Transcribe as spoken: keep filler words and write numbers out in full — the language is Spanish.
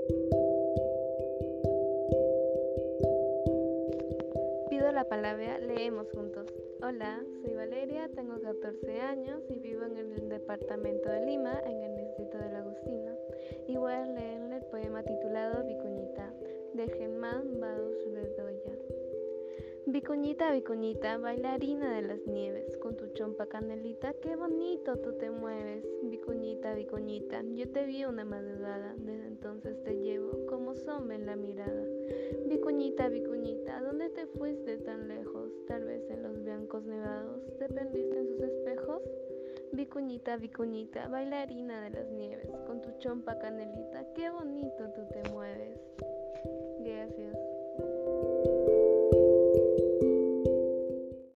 Pido la palabra, leemos juntos. Hola, soy Valeria, tengo catorce años y vivo en el departamento de Lima, en el distrito del Agustino. Y voy a leerle el poema titulado Vicuñita, de Germán Bados Bedoya. Vicuñita, Vicuñita, bailarina de las nieves, con tu chompa canelita, qué bonito tú te mueves. Vicuñita, Vicuñita, yo te vi una madrugada, desde entonces te llevo como sombra en la mirada. Vicuñita, Vicuñita, ¿dónde te fuiste tan lejos? Tal vez en los blancos nevados, ¿te perdiste en sus espejos? Vicuñita, Vicuñita, bailarina de las nieves, con tu chompa canelita, qué bonito tú te mueves.